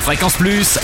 Fréquence Plus,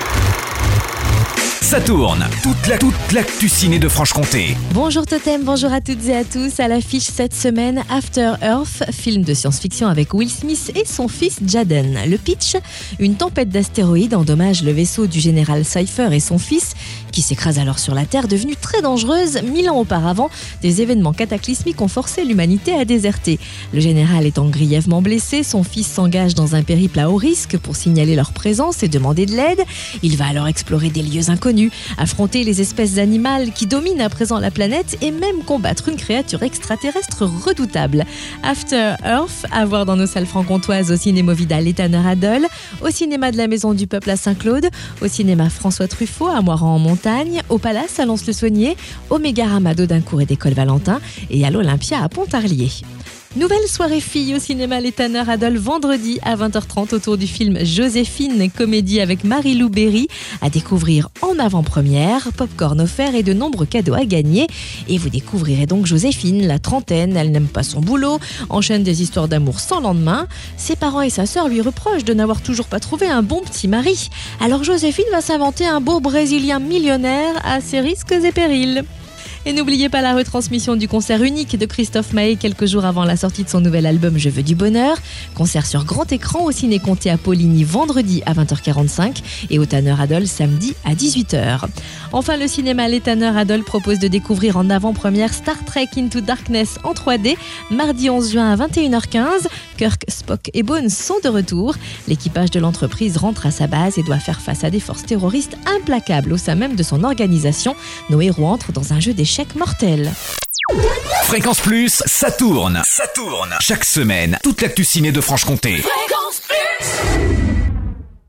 ça tourne. Toute l'actu ciné de Franche-Comté. Bonjour Totem, bonjour à toutes et à tous. À l'affiche cette semaine, After Earth, film de science-fiction avec Will Smith et son fils Jaden. Le pitch, une tempête d'astéroïdes endommage le vaisseau du général Cypher et son fils, qui s'écrase alors sur la Terre, devenue très dangereuse. 1000 ans auparavant, des événements cataclysmiques ont forcé l'humanité à déserter. Le général étant grièvement blessé, son fils s'engage dans un périple à haut risque pour signaler leur présence et demander de l'aide. Il va alors explorer des lieux inconnus, affronter les espèces animales qui dominent à présent la planète et même combattre une créature extraterrestre redoutable. After Earth, à voir dans nos salles franc-comtoises au cinéma Vidal et Tanner Adol, au cinéma de la Maison du Peuple à Saint-Claude, au cinéma François Truffaut à Moiran-en-Montagne, au Palace à Lons-le-Saunier, au Mégarama d'Audincourt et d'École Valentin et à l'Olympia à Pontarlier. Nouvelle soirée filles au cinéma Les Tanner Adol vendredi à 20h30 autour du film Joséphine, comédie avec Marie-Lou Berry, à découvrir en avant-première, popcorn offert et de nombreux cadeaux à gagner. Et vous découvrirez donc Joséphine, la trentaine, elle n'aime pas son boulot, enchaîne des histoires d'amour sans lendemain. Ses parents et sa sœur lui reprochent de n'avoir toujours pas trouvé un bon petit mari. Alors Joséphine va s'inventer un beau Brésilien millionnaire à ses risques et périls. Et n'oubliez pas la retransmission du concert unique de Christophe Maé quelques jours avant la sortie de son nouvel album Je veux du bonheur. Concert sur grand écran au Ciné Comté à Poligny vendredi à 20h45 et au Tanner Adol samedi à 18h. Enfin, le cinéma Les Tanner Adol propose de découvrir en avant-première Star Trek Into Darkness en 3D mardi 11 juin à 21h15. Kirk, Spock et Bones sont de retour. L'équipage de l'entreprise rentre à sa base et doit faire face à des forces terroristes implacables au sein même de son organisation. Nos héros entrent dans un jeu d'échecs mortel. Fréquence Plus, ça tourne. Chaque semaine, toute l'actu ciné de Franche-Comté. Fréquence Plus.